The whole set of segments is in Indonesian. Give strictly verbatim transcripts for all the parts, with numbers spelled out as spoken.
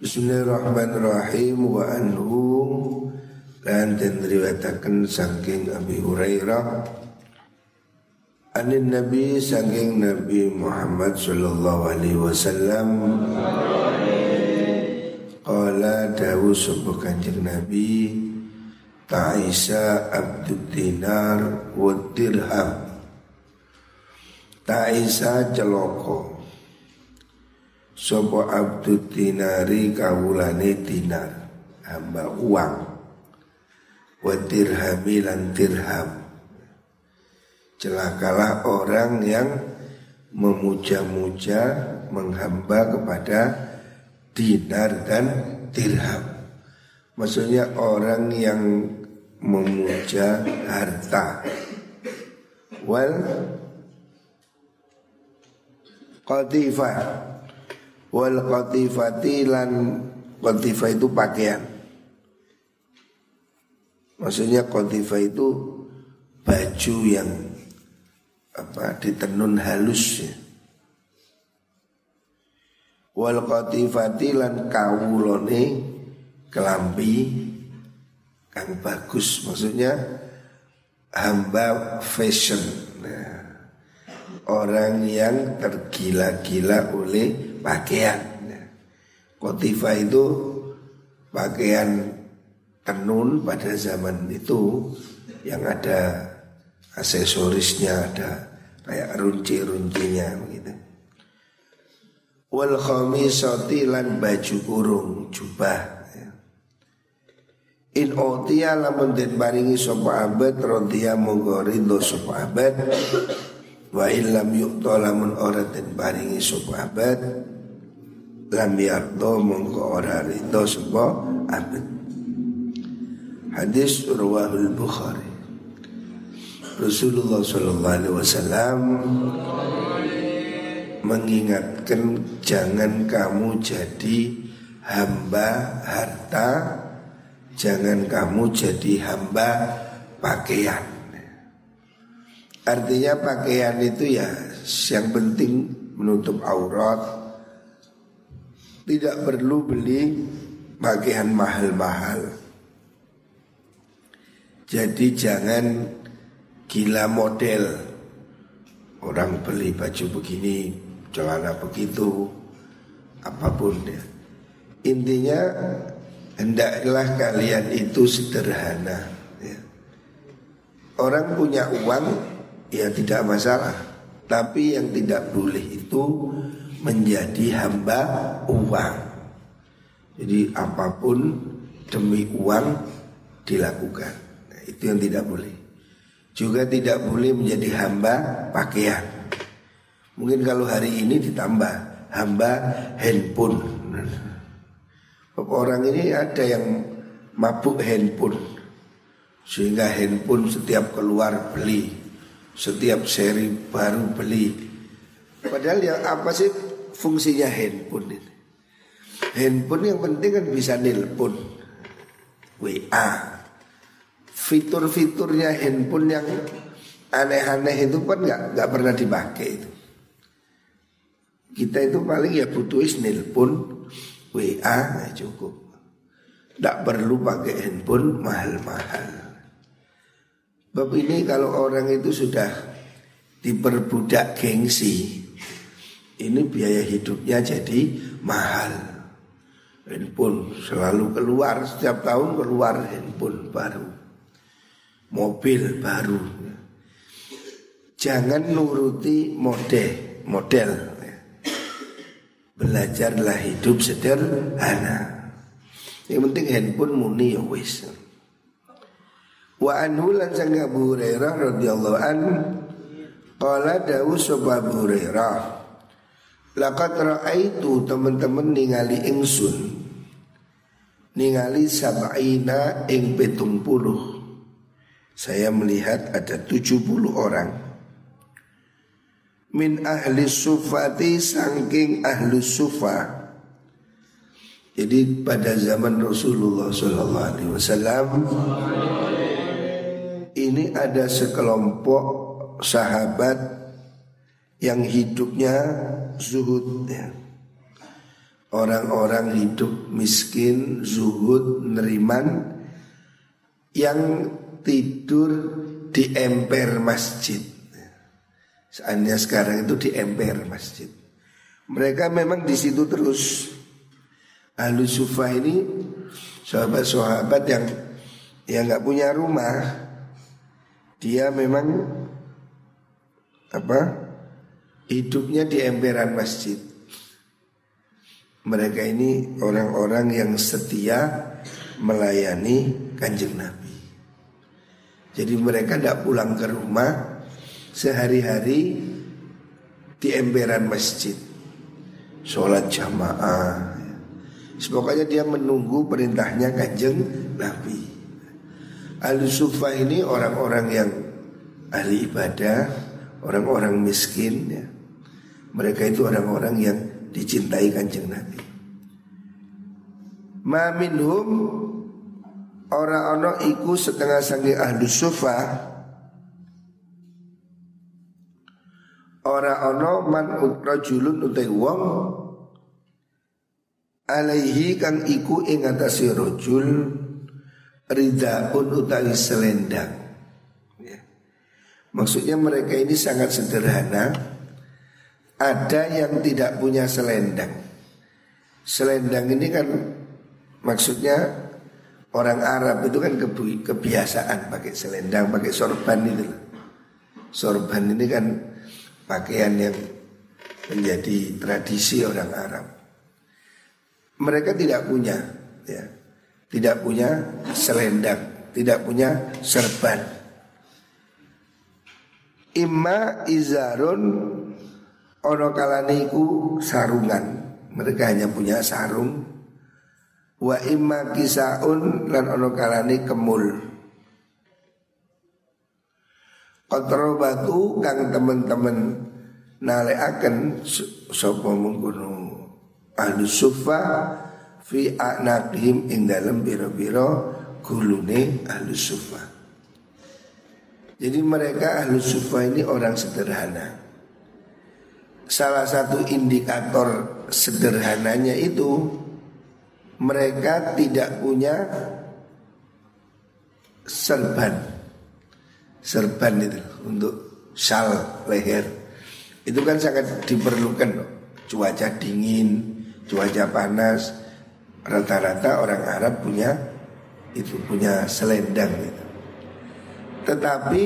Bismillahirrahmanirrahim. Wa anhu lan den riwayataken saking Abi Hurairah anin Nabi saking Nabi Muhammad sallallahu alaihi wasallam qala dawu sapa Kanjeng Nabi ta'isa abdud dinar wa dirham. Ta'isa celoko sopo abdud dinari kawulane dinar, hamba uang, wa dirhami lan dirham. Celakalah orang yang memuja-muja, menghamba kepada dinar dan dirham. Maksudnya orang yang memuja harta. Wal qatifah wal qatifati lan qatifah itu pakaian. Maksudnya qatifah itu baju yang apa ditenun halus ya. Wal qatifati lan kawulone kelambi kang bagus, maksudnya hamba fashion. Nah, orang yang tergila-gila oleh pakaian. Qatifah itu pakaian tenun pada zaman itu yang ada aksesorisnya, ada kayak runci-runcinya begitu. Wal khamisati lan baju kurung, jubah. In utiya lamun den paringi sapa abad radhiya monggo ridho sapa abad, wa illam yu'ta lamun ora den paringi sapa abad lam yardo mongko ora ridho sapa abad. Hadis riwayat Bukhari. Rasulullah sallallahu alaihi wasallam mengingatkan jangan kamu jadi hamba harta, jangan kamu jadi hamba pakaian. Artinya pakaian itu ya yang penting menutup aurat. Tidak perlu beli pakaian mahal-mahal. Jadi jangan gila model. Orang beli baju begini, celana begitu, apapun ya. Intinya hendaklah kalian itu sederhana ya. Orang punya uang ya tidak masalah, tapi yang tidak boleh itu menjadi hamba uang. Jadi apapun demi uang dilakukan. Nah, itu yang tidak boleh. Juga tidak boleh menjadi hamba pakaian. Mungkin kalau hari ini ditambah hamba handphone. Orang ini ada yang mabuk handphone, sehingga handphone setiap keluar beli, setiap seri baru beli. Padahal yang apa sih fungsinya handphone ini? Handphone yang penting kan bisa nelpon, W A. Fitur-fiturnya handphone yang aneh-aneh itu kan nggak nggak pernah dipakai itu. Kita itu paling ya butuh nelpon, W A cukup. Tidak perlu pakai handphone mahal-mahal. Bab ini kalau orang itu sudah diperbudak gengsi, ini biaya hidupnya jadi mahal. Handphone selalu keluar, setiap tahun keluar handphone baru, mobil baru. Jangan nuruti mode, model. Belajarlah hidup sederhana. Yang penting handphone muni ya wis. Wa anhu lan sang Abu Hurairah radhiyallahu an qala dawu sapa Abu Hurairah laqad ra'aitu teman-teman ningali ingsun ningali sab'ina ing pitung puluh. Saya melihat ada tujuh puluh orang min ahli sufati saking ahli sufa. Jadi pada zaman Rasulullah sallallahu alaihi wasallam ini ada sekelompok sahabat yang hidupnya zuhud ya. orang-orang hidup miskin, zuhud, neriman, yang tidur di emper masjid. Seandainya sekarang itu di emper masjid, mereka memang di situ terus. Ahlu Sufa ini sahabat-sahabat yang yang nggak punya rumah, dia memang apa hidupnya di emperan masjid. Mereka ini orang-orang yang setia melayani Kanjeng Nabi. Jadi mereka tidak pulang ke rumah, sehari-hari di emperan masjid, sholat jamaah. Pokoknya dia menunggu perintahnya Kanjeng Nabi. Ahlu Sufa ini orang-orang yang ahli ibadah, orang-orang miskin ya. Mereka itu orang-orang yang dicintai Kanjeng Nabi. Ma minhum ora ana iku setengah sange ahlu Sufa, ora ana man rajulun utai wong alaihi kang iku ing atase rajul ridaun utawi selendang ya. Maksudnya mereka ini sangat sederhana. Ada yang tidak punya selendang. Selendang ini kan maksudnya orang Arab itu kan kebiasaan pakai selendang, pakai sorban itu. Sorban ini kan pakaian yang menjadi tradisi orang Arab. Mereka tidak punya ya, tidak punya selendang, tidak punya serban. Imma izarun, ono kalane iku sarungan. Mereka hanya punya sarung. Wa imma kisaun, lan ono kalane kemul. Kontrobatu kang temen-temen nalekaken sapa mengkono ahlu Sufa fi a'naqihim ing dalem biro-biro gulune ahlu Sufa. Jadi mereka ahlu Sufa ini orang sederhana. Salah satu indikator sederhananya itu mereka tidak punya serban. Serban itu untuk syal leher. Itu kan sangat diperlukan loh. Cuaca dingin, cuaca panas, rata-rata orang Arab punya itu, punya selendang gitu. Tetapi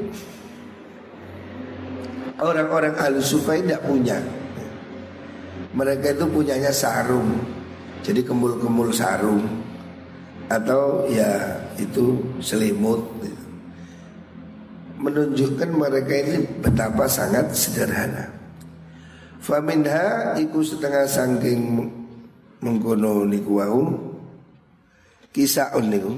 orang-orang Ahlussufa tidak punya. Mereka itu punyanya sarung. Jadi kemul-kemul sarung, atau ya itu selimut gitu. Menunjukkan mereka ini betapa sangat sederhana. Faminha iku setengah sangking mengkono niku wau kisaun niku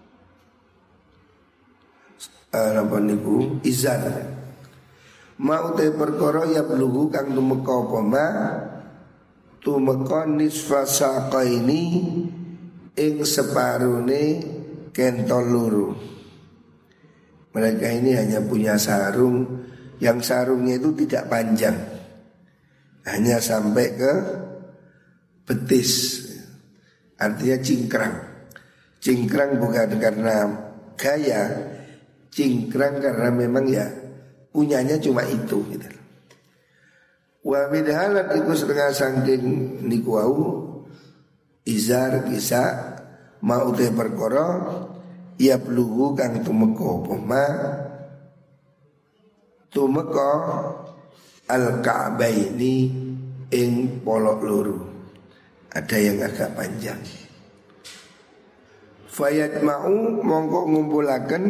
apa niku izan mau te perkara ya blugu kang tumeka apa ma tumeka nisfa saqaini ing separone kentol loro. Mereka ini hanya punya sarung yang sarungnya itu tidak panjang, hanya sampai ke betis. Artinya cingkrang. Cingkrang bukan karena gaya, cingkrang karena memang ya punyanya cuma itu gitu. Wa midhalan iku setengah sangking niku wau izar kisa mau te perkara ya plugu kang tumeka apa ma tumeka al-ka'baini ing polok loro. Ada yang agak panjang. Fayat mau mongko ngumpulaken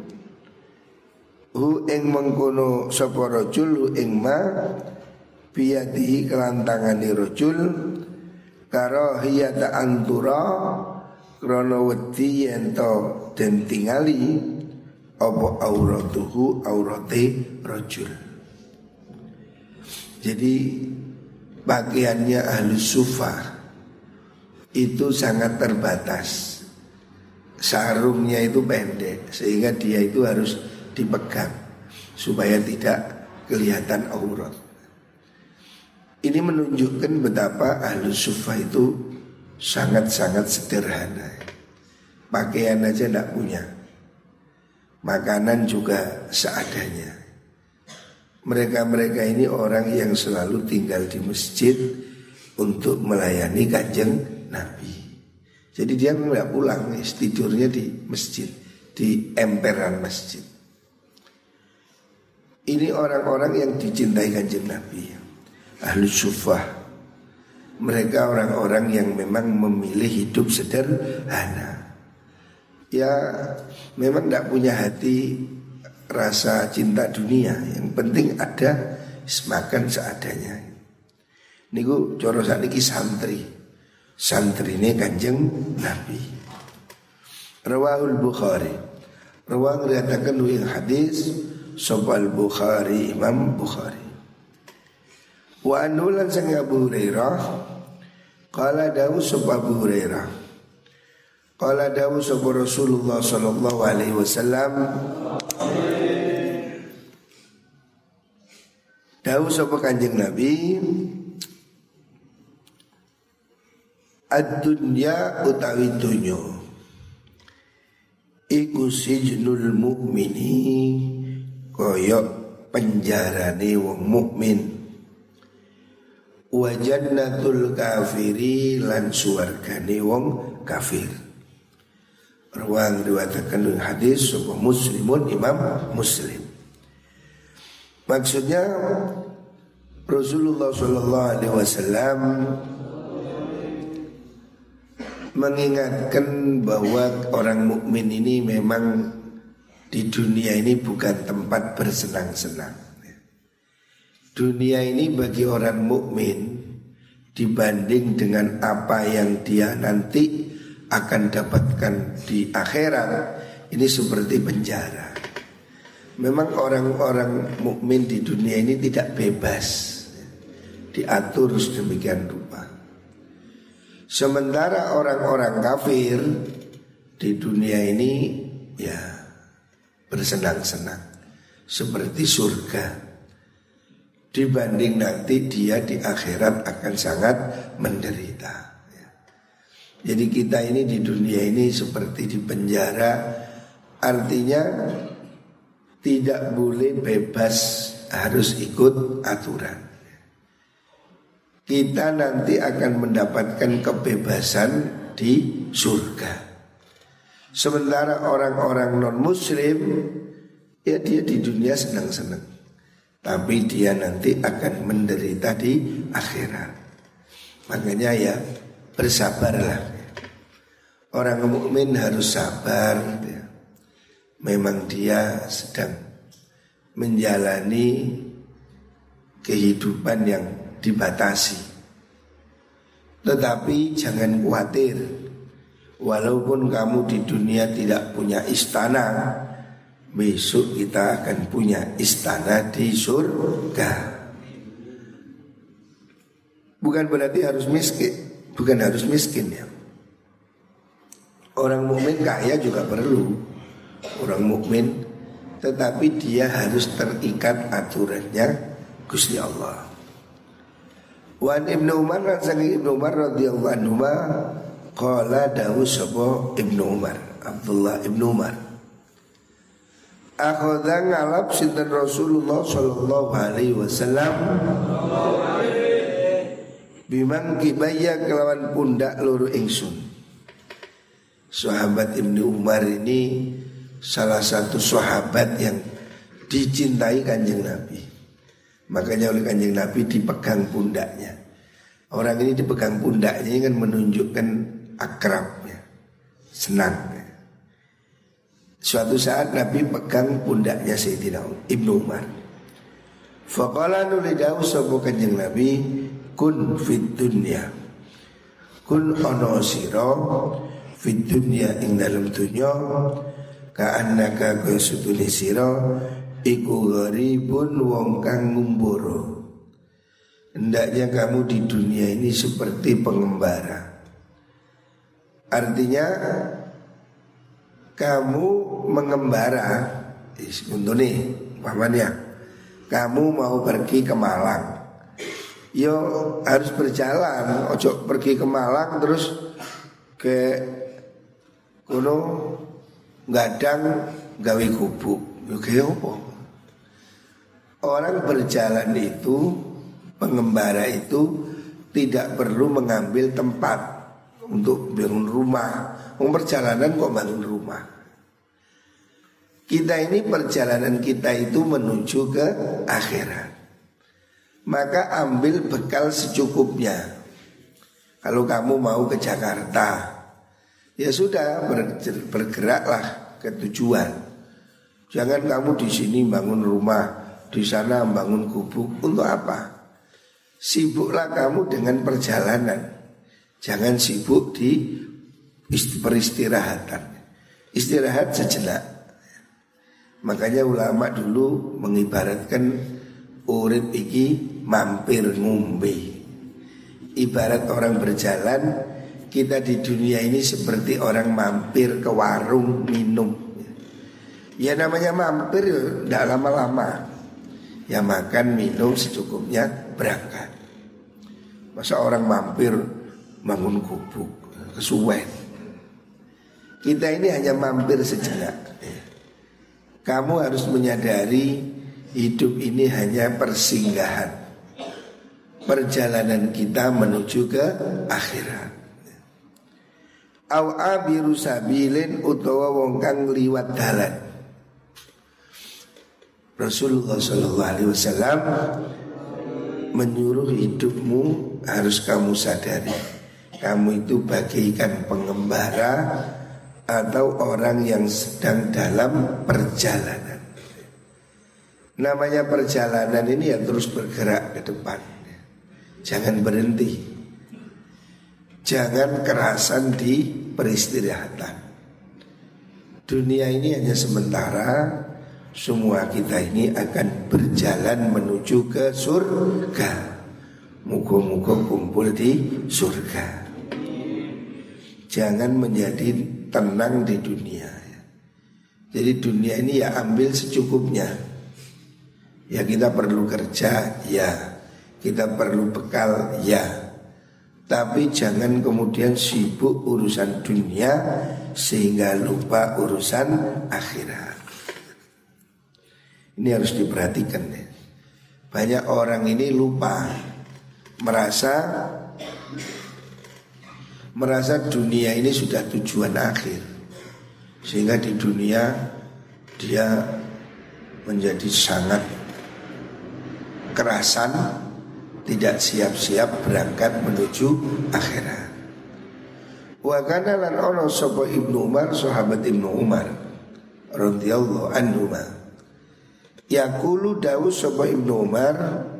hu ing mengkono sapa rajul hu ing ma biyadihi kelantangane rajul karahiyata antura krana wedi yen to den tingali apa auratuhu aurate rajul. Jadi pakaiannya Ahlus Sufa itu sangat terbatas. Sarungnya itu pendek sehingga dia itu harus dipegang supaya tidak kelihatan aurat. Ini menunjukkan betapa Ahlus Suffah itu sangat-sangat sederhana. Pakaian aja tidak punya, makanan juga seadanya. Mereka-mereka ini orang yang selalu tinggal di masjid untuk melayani kanjeng Nabi. Jadi dia nggak pulang, tidurnya di masjid, di emperan masjid. Ini orang-orang yang dicintai kanjeng Nabi, Ahlus Suffah. Mereka orang-orang yang memang memilih hidup sederhana. Ya memang tidak punya hati rasa cinta dunia. Yang penting ada makan seadanya. Niku coro sakniki santri. Santri ini kanjeng Nabi. Rawahul Bukhari. Rawang riwayatkan yang hadis Sobal Bukhari, Imam Bukhari. Wa anulan sang Abu Hurairah qala dawu sapa Abu Hurairah qala dawu sapa Rasulullah sallallahu alaihi wasallam dawu sapa Kanjeng Nabi ad-dunya utawi dunya iku sijnul mukmini koyok penjarane wong mukmin wa jannatul kafiri lan suwargane wong kafir. Ruang riwayatkan hadis sapa Muslimun Imam Muslim. Maksudnya Rasulullah sallallahu alaihi wasallam mengingatkan bahwa orang mukmin ini memang di dunia ini bukan tempat bersenang-senang. Dunia ini bagi orang mukmin dibanding dengan apa yang dia nanti akan dapatkan di akhirat ini seperti penjara. Memang orang-orang mukmin di dunia ini tidak bebas, diatur sedemikian rupa. Sementara orang-orang kafir di dunia ini ya bersenang-senang seperti surga. Dibanding nanti dia di akhirat akan sangat menderita. Jadi kita ini di dunia ini seperti di penjara. Artinya tidak boleh bebas, harus ikut aturan. Kita nanti akan mendapatkan kebebasan di surga. Sementara orang-orang non-muslim ya dia di dunia senang-senang, tapi dia nanti akan menderita di akhirat. Makanya ya bersabarlah. Orang mukmin harus sabar ya. Memang dia sedang menjalani kehidupan yang dibatasi. Tetapi jangan khawatir. Walaupun kamu di dunia tidak punya istana, besok kita akan punya istana di surga. Bukan berarti harus miskin, bukan harus miskin ya. Orang mukmin kaya juga perlu, orang mukmin, tetapi dia harus terikat aturannya Gusti Allah. Wan Ibnu Umar lan saking Ibnu Umar radhiyallahu anhu qala dawu sapa Ibnu Umar, Abdullah Ibnu Umar. Akhadha ngalap sinten Rasulullah sallallahu alaihi wasallam bimang kibaya kelawan pundak loro ingsun. Sahabat Ibnu Umar ini salah satu sahabat yang dicintai kanjeng Nabi. Makanya oleh kanjeng Nabi dipegang pundaknya. Orang ini dipegang pundaknya kan menunjukkan akrabnya, senang. Suatu saat Nabi pegang pundaknya Sayyidina Ibnu Umar. Faqala nulidahu sapa kanjeng Nabi, kun fid dunya. Kun ono sira fid dunya ing dalam dunya ka annaka kasutune sira iku gharibun wong kang ngumbara. Hendaknya kamu di dunia ini seperti pengembara. Artinya kamu mengembara, untuk nih pamannya, kamu mau pergi ke Malang, yo harus berjalan, ojo pergi ke Malang terus ke kono gadang gawe gubuk. Yo kaya apa? Orang berjalan itu, pengembara itu tidak perlu mengambil tempat untuk bangun rumah. Mau perjalanan kok bangun rumah. Kita ini perjalanan kita itu menuju ke akhirat. Maka ambil bekal secukupnya. Kalau kamu mau ke Jakarta, ya sudah bergeraklah ke tujuan. Jangan kamu di sini bangun rumah, di sana bangun gubuk. Untuk apa? Sibuklah kamu dengan perjalanan. Jangan sibuk di peristirahatan. Istirahat sejenak. Makanya ulama dulu mengibaratkan urip iki mampir ngombe. Ibarat orang berjalan, kita di dunia ini seperti orang mampir ke warung minum. Ya namanya mampir ya tidak lama-lama. Ya makan minum secukupnya berangkat. Masa orang mampir bangun gubuk kesuwen. Kita ini hanya mampir sejenak. Kamu harus menyadari hidup ini hanya persinggahan. Perjalanan kita menuju ke akhirat. Au abiru sabilin utawa wong kang liwat dalan. Rasulullah sallallahu alaihi wasallam menyuruh hidupmu harus kamu sadari. Kamu itu bagaikan pengembara atau orang yang sedang dalam perjalanan. Namanya perjalanan ini ya terus bergerak ke depan. Jangan berhenti. Jangan kerasan di peristirahatan. Dunia ini hanya sementara. Semua kita ini akan berjalan menuju ke surga. Muga-muga kumpul di surga. Jangan menjadi tenang di dunia. Jadi dunia ini ya ambil secukupnya. Ya kita perlu kerja, ya. Kita perlu bekal, ya. Tapi jangan kemudian sibuk urusan dunia sehingga lupa urusan akhirat. Ini harus diperhatikan ya. Banyak orang ini lupa, merasa merasa dunia ini sudah tujuan akhir. Sehingga di dunia dia menjadi sangat kerasan, tidak siap-siap berangkat menuju akhirat. Wa kana lan ono sapa Ibnu Umar, sahabat Ibnu Umar radhiyallahu anhu. Yaqulu dawu sapa Ibnu Umar,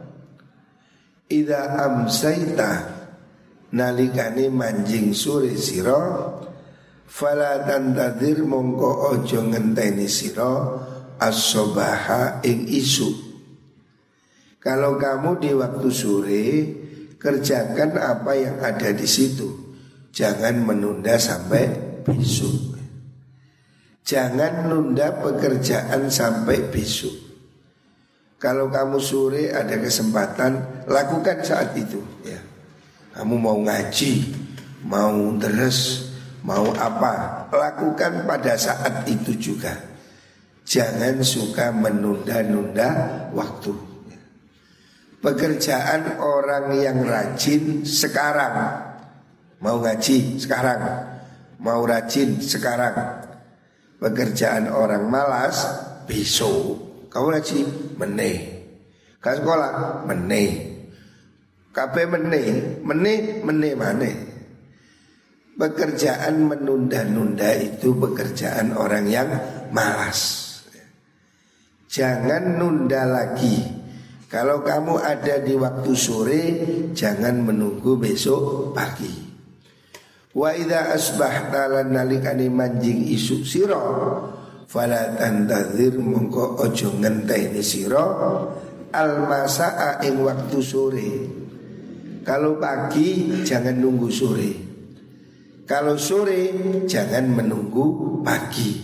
idza amsaita nalikane manjing sore sira, fala tantadir mongko ojo ngenteni sira as-subaha ing isu. Kalau kamu di waktu sore, kerjakan apa yang ada di situ. Jangan menunda sampai besok. Jangan nunda pekerjaan sampai besok. Kalau kamu sore ada kesempatan, lakukan saat itu. Ya. Kamu mau ngaji, mau deres, mau apa, lakukan pada saat itu juga. Jangan suka menunda-nunda waktu. Pekerjaan orang yang rajin sekarang. Mau ngaji sekarang, mau rajin sekarang. Pekerjaan orang malas besok. Kamu ngaji meneh, kan sekolah meneh, kabeh meneh, meneh meneh maneh. Pekerjaan menunda-nunda itu pekerjaan orang yang malas. Jangan nunda lagi. Kalau kamu ada di waktu sore, jangan menunggu besok pagi. Wa idza asbahta lan nalikane manjing isuk sira, fala tantazir mongko ojo ngenteni sira almasaa ing waktu sore. Kalau pagi jangan nunggu sore. Kalau sore jangan menunggu pagi.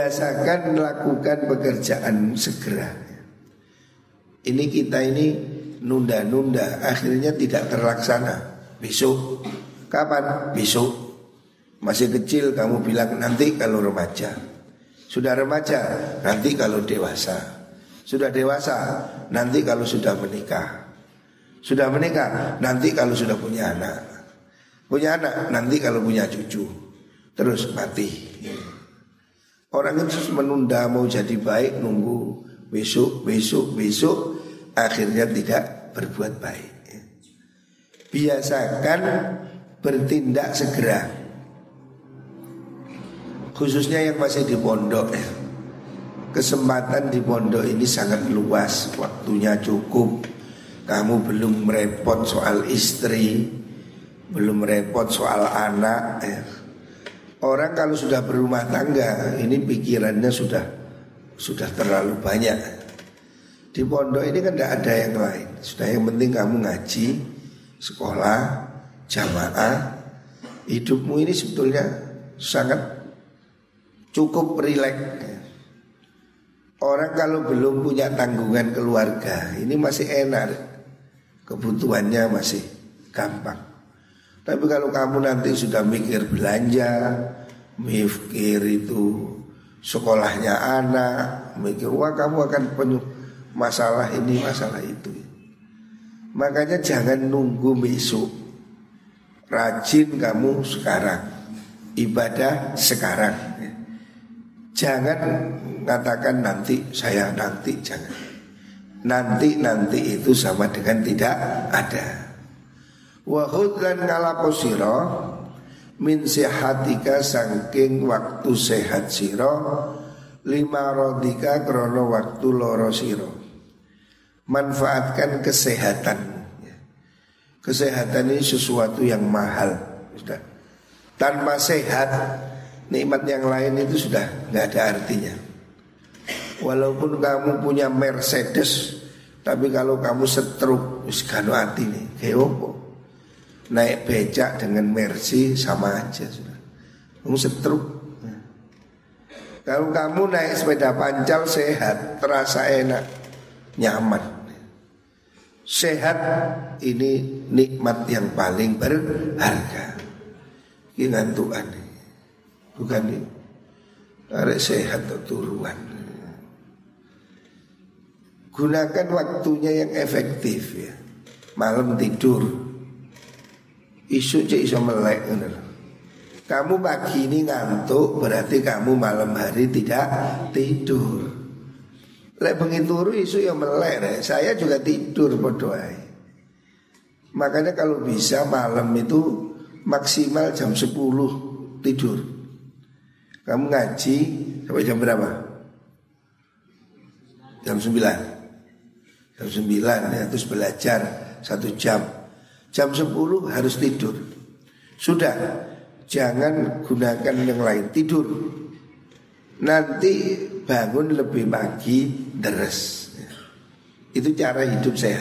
Biasakan melakukan pekerjaan segera. Ini kita ini nunda-nunda, akhirnya tidak terlaksana. Besok, kapan? Besok. Masih kecil kamu bilang nanti kalau remaja. Sudah remaja, nanti kalau dewasa. Sudah dewasa, nanti kalau sudah menikah. Sudah menikah, nanti kalau sudah punya anak. Punya anak, nanti kalau punya cucu. Terus mati. Orang itu menunda mau jadi baik, nunggu besok, besok, besok, akhirnya tidak berbuat baik. Biasakan bertindak segera, khususnya yang masih di pondok ya. Kesempatan di pondok ini sangat luas, waktunya cukup. Kamu belum merepot soal istri, belum repot soal anak ya. Orang kalau sudah berumah tangga, ini pikirannya sudah sudah terlalu banyak. Di pondok ini kan tidak ada yang lain. Sudah yang penting kamu ngaji, sekolah, jamaah. Hidupmu ini sebetulnya sangat cukup rileks. Orang kalau belum punya tanggungan keluarga, ini masih enak, kebutuhannya masih gampang. Tapi kalau kamu nanti sudah mikir belanja, mikir itu sekolahnya anak, mikir wah kamu akan penuh masalah ini masalah itu. Makanya jangan nunggu besok. Rajin kamu sekarang, ibadah sekarang. Jangan katakan nanti, saya nanti, jangan. Nanti-nanti itu sama dengan tidak ada. Wa khudlan ngalapo sira min sihatika saking waktu sehat sira lima rodika krono waktu loro sira. Manfaatkan kesehatan. Kesehatan ini sesuatu yang mahal. Sudah. Tanpa sehat, nikmat yang lain itu sudah nggak ada artinya. Walaupun kamu punya Mercedes, tapi kalau kamu setruk, wis gak ono artine. Kayak opo? Naik becak dengan Mercy sama aja sudah. Kamu setruk. Kalau kamu naik sepeda pancal sehat, terasa enak, nyaman. Sehat ini nikmat yang paling berharga. Ini ngantukan, bukan ini. Tarik sehat atau turuan. Gunakan waktunya yang efektif ya. Malam tidur, isu cek iso melek. Kamu pagi ini ngantuk, berarti kamu malam hari tidak tidur. Lek bengi turu isu ya melek deh. Saya juga tidur berdoa. Makanya kalau bisa malam itu maksimal jam sepuluh tidur. Kamu ngaji sampai jam berapa? Jam sembilan. Jam sembilan ya, terus belajar satu jam. Jam sepuluh harus tidur. Sudah, jangan gunakan yang lain, tidur. Nanti bangun lebih pagi, deres. Itu cara hidup sehat.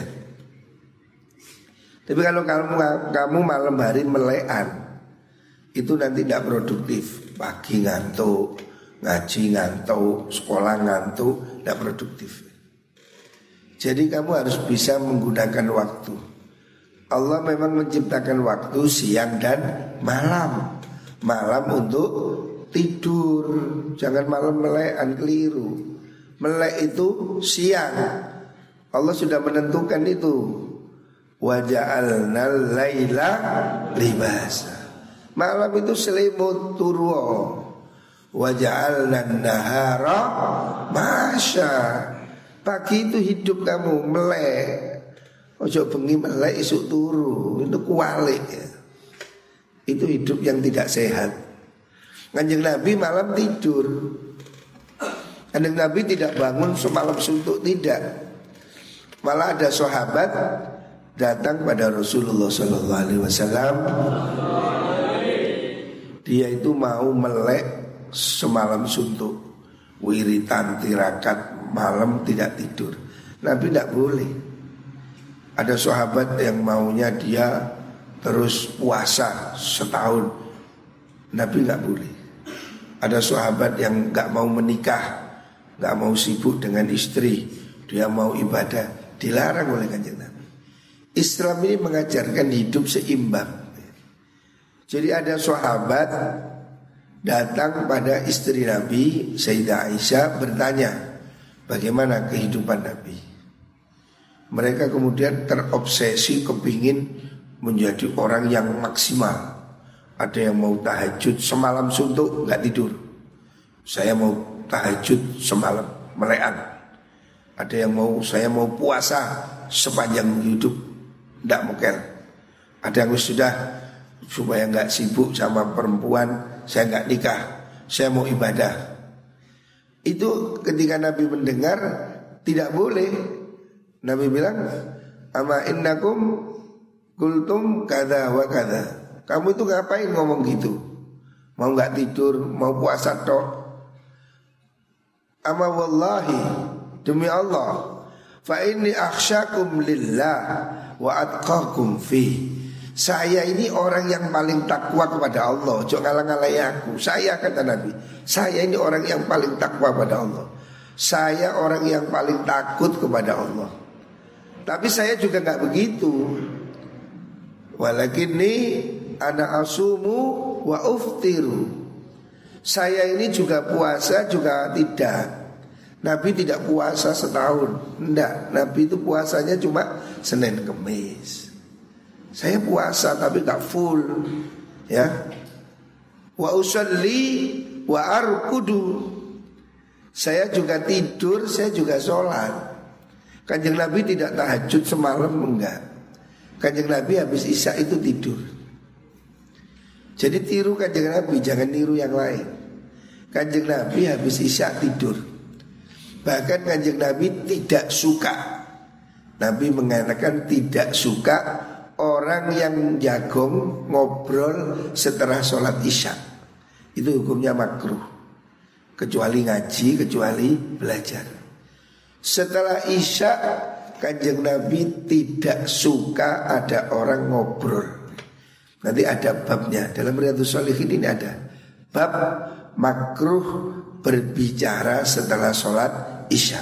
Tapi kalau kamu kamu malam hari melekan, itu nanti tidak produktif. Pagi ngantuk, ngaji ngantuk, sekolah ngantuk, tidak produktif. Jadi kamu harus bisa menggunakan waktu. Allah memang menciptakan waktu siang dan malam. Malam untuk tidur, jangan malam melekan, keliru. Melek itu siang. Allah sudah menentukan itu. Wa ja'alnal laila libasa. Malam itu selimut turwa. Wa ja'alnan nahara masya. Pagi itu hidup kamu melek. Ojo bengi melek isuk turu. Itu kualik ya. Itu hidup yang tidak sehat. Kanjeng Nabi malam tidur. Kanjeng Nabi tidak bangun semalam suntuk, tidak. Malah ada sahabat datang pada Rasulullah Sallallahu Alaihi Wasallam. Dia itu mau melek semalam suntuk, wiritan tirakat malam tidak tidur. Nabi tidak boleh. Ada sahabat yang maunya dia terus puasa setahun. Nabi nggak boleh. Ada sahabat yang nggak mau menikah, nggak mau sibuk dengan istri, dia mau ibadah, dilarang oleh Kanjeng Nabi. Islam ini mengajarkan hidup seimbang. Jadi ada sahabat datang pada istri Nabi Sayyidah Aisyah bertanya bagaimana kehidupan Nabi. Mereka kemudian terobsesi kepingin menjadi orang yang maksimal. Ada yang mau tahajud semalam suntuk nggak tidur. Saya mau tahajud semalam melean. Ada yang mau saya mau puasa sepanjang hidup nggak mokel. Ada yang sudah supaya nggak sibuk sama perempuan saya nggak nikah, saya mau ibadah. Itu ketika Nabi mendengar tidak boleh. Nabi bilang, ama innakum kultum kada wa kada. Kamu itu ngapain ngomong gitu? Mau nggak tidur, mau puasa tok. Ama wallahi, demi Allah, fa inni akhsyakum lillah wa atqakum fi. Saya ini orang yang paling takwa kepada Allah. Jangan ngalang-ngalai aku. Saya kata Nabi, saya ini orang yang paling takwa kepada Allah. Saya orang yang paling takut kepada Allah. Tapi saya juga nggak begitu. Walakinni ana asumu wa uftiru. Saya ini juga puasa juga tidak. Nabi tidak puasa setahun. Enggak, Nabi itu puasanya cuma Senin Kemis. Saya puasa tapi gak full, ya. Wa usalli wa arkudu. Saya juga tidur, saya juga sholat. Kanjeng Nabi tidak tahajud semalam, enggak. Kanjeng Nabi habis isya itu tidur. Jadi tiru kanjeng Nabi, jangan tiru yang lain. Kanjeng Nabi habis isya tidur. Bahkan kanjeng Nabi tidak suka. Nabi mengatakan tidak suka orang yang jagong ngobrol setelah sholat isya. Itu hukumnya makruh. Kecuali ngaji, kecuali belajar. Setelah isya kanjeng Nabi tidak suka ada orang ngobrol. Nanti ada babnya. Dalam Riyadhus Shalihin ini ada bab makruh berbicara setelah sholat isya.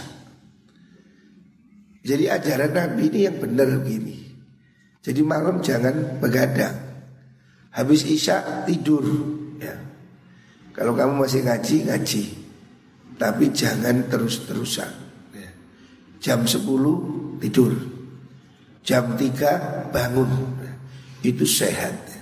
Jadi ajaran Nabi ini yang benar begini. Jadi malam jangan begadang. Habis isya tidur, ya. Kalau kamu masih ngaji, ngaji. Tapi jangan terus-terusan, ya. Jam sepuluh tidur, jam tiga bangun, ya. Itu sehat, ya.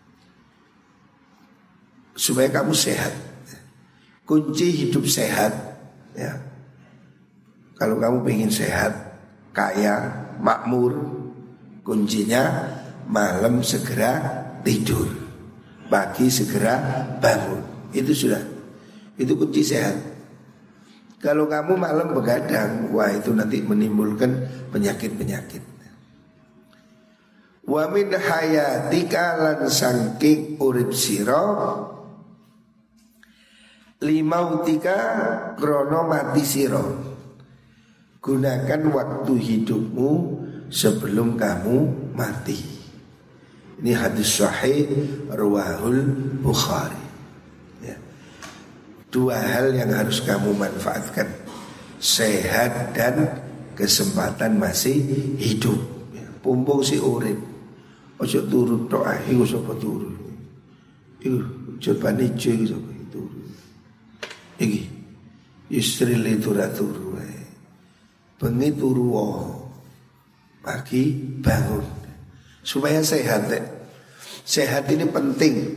Supaya kamu sehat, ya. Kunci hidup sehat, ya. Kalau kamu pengen sehat, kaya, makmur, kuncinya malam segera tidur, pagi segera bangun. Itu sudah, itu kunci sehat. Kalau kamu malam begadang, wah itu nanti menimbulkan penyakit-penyakit. Wa min hayatika lan sangking urip sira limautika krono mati sira. Gunakan waktu hidupmu sebelum kamu mati. Ini hadis sahih riwayat Bukhari, ya. Dua hal yang harus kamu manfaatkan, sehat dan kesempatan masih hidup, ya. Pumpung si urip, ojo turut doa, iku sapa turu, iku coba nijo iku sapa turu, iki istri litura turu, bengi turu pagi bangun supaya sehat, ya. Sehat ini penting.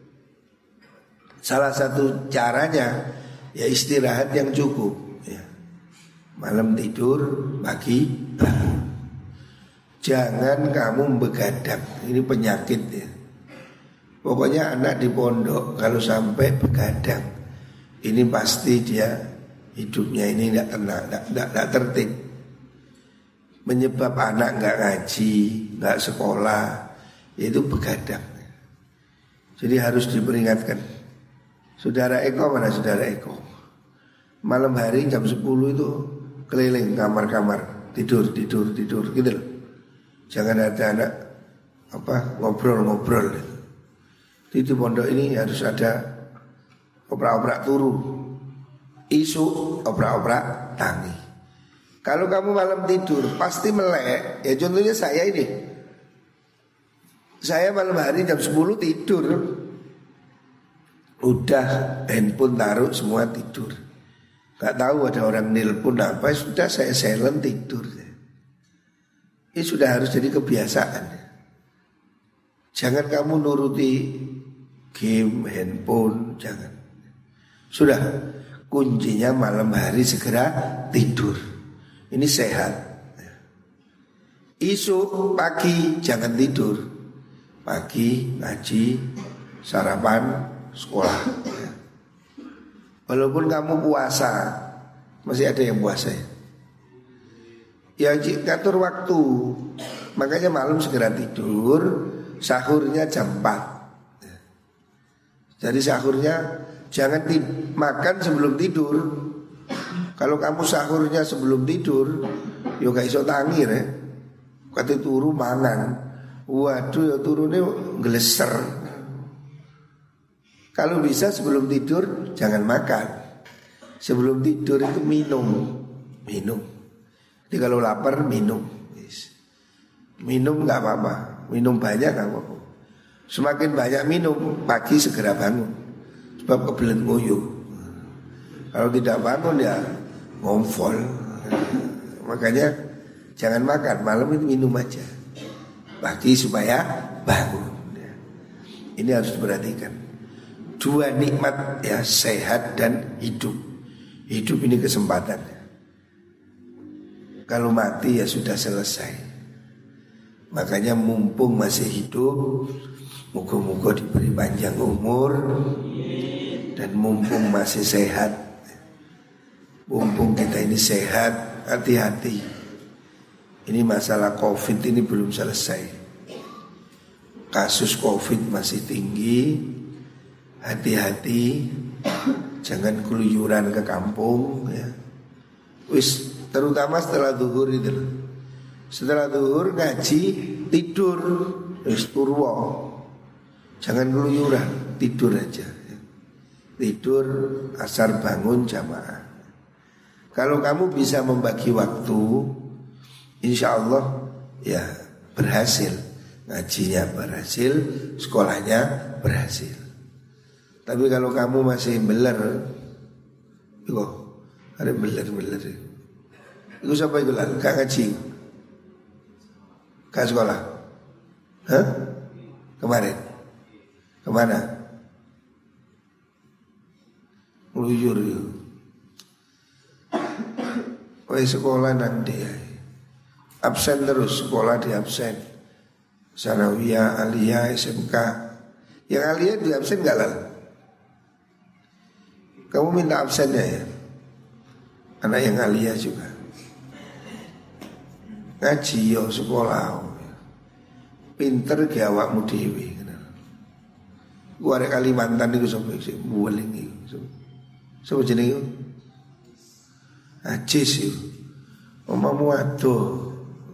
Salah satu caranya ya istirahat yang cukup, ya. Malam tidur, pagi bangun. Jangan kamu begadang, ini penyakit, ya. Pokoknya anak di pondok kalau sampai begadang, ini pasti dia hidupnya ini tidak tenang, tidak tertib. Menyebab anak nggak ngaji, nggak sekolah, itu begadang. Jadi harus diperingatkan. Saudara Eko mana saudara Eko? Malam hari jam sepuluh itu keliling kamar-kamar, tidur, tidur, tidur, gitu loh. Jangan ada anak apa ngobrol-ngobrol. Di pondok ini harus ada oprak-oprak turu, isu oprak-oprak tangi. Kalau kamu malam tidur pasti melek. Ya contohnya saya ini Saya malam hari jam sepuluh tidur. Udah handphone taruh semua tidur. Gak tahu ada orang nelpon apa, sudah saya silent tidur. Ini sudah harus jadi kebiasaan. Jangan kamu nuruti game, handphone, jangan. Sudah, kuncinya malam hari segera tidur. Ini sehat. Isu pagi jangan tidur. Pagi ngaji, sarapan, sekolah. Walaupun kamu puasa, masih ada yang puasa ya. Ya ngatur waktu. Makanya malam segera tidur. Sahurnya jam empat. Jadi sahurnya jangan makan sebelum tidur. Kalau kamu sahurnya sebelum tidur, yo gak iso tangi ya. Kate turu mangan. Waduh ya turune ngeleser. Kalau bisa sebelum tidur jangan makan. Sebelum tidur itu minum. Minum. Jadi kalau lapar minum. Minum gak apa-apa. Minum banyak gak apa-apa. Semakin banyak minum, pagi segera bangun. Sebab kebelet nguyuh. Kalau tidak bangun ya ngomfol. Makanya jangan makan, malam itu minum aja. Pagi supaya bangun. Ini harus diperhatikan. Dua nikmat ya, sehat dan hidup. Hidup ini kesempatan. Kalau mati ya sudah selesai. Makanya mumpung masih hidup, moga-moga diberi panjang umur. Dan mumpung masih sehat, mumpung kita ini sehat, hati-hati. Ini masalah Covid ini belum selesai. Kasus Covid masih tinggi. Hati-hati, jangan keluyuran ke kampung ya. Wis, terutama setelah zuhur itu. Setelah zuhur ngaji, tidur, wis turwo. Jangan keluyuran, tidur aja. Tidur, asar bangun jamaah. Kalau kamu bisa membagi waktu, insya Allah ya berhasil. Ngajinya berhasil, sekolahnya berhasil. Tapi kalau kamu masih beler, itu ada beler-beler. Itu siapa itu lah? Gak ngaji, gak sekolah. Hah? Kemarin? Kemana? Ngeluyur yuk. Oh sekolah nanti ya. Absen terus, sekolah di absen. Sanawiyah, aliyah, S M K. Yang aliyah di absen gak lah? Kamu minta absennya ya. Anak yang aliyah juga. Ngaji yo sekolah. Pinter ge awakmu dhewe. Gua arek Kalimantan iku sampe sik mueling iku. Sopo jenenge? Ajis iku. Omamu adoh.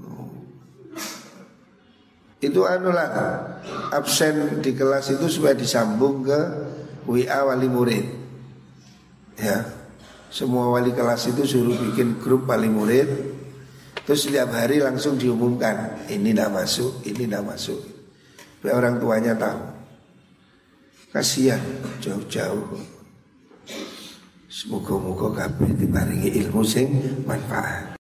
Itu anu lah, absen di kelas itu supaya disambung ke W A wali murid. Ya, semua wali kelas itu suruh bikin grup wali murid. Terus setiap hari langsung diumumkan, ini tidak masuk, ini tidak masuk. Biar orang tuanya tahu. Kasihan jauh-jauh. Semoga-moga kabeh diparingi ilmu sing manfaat.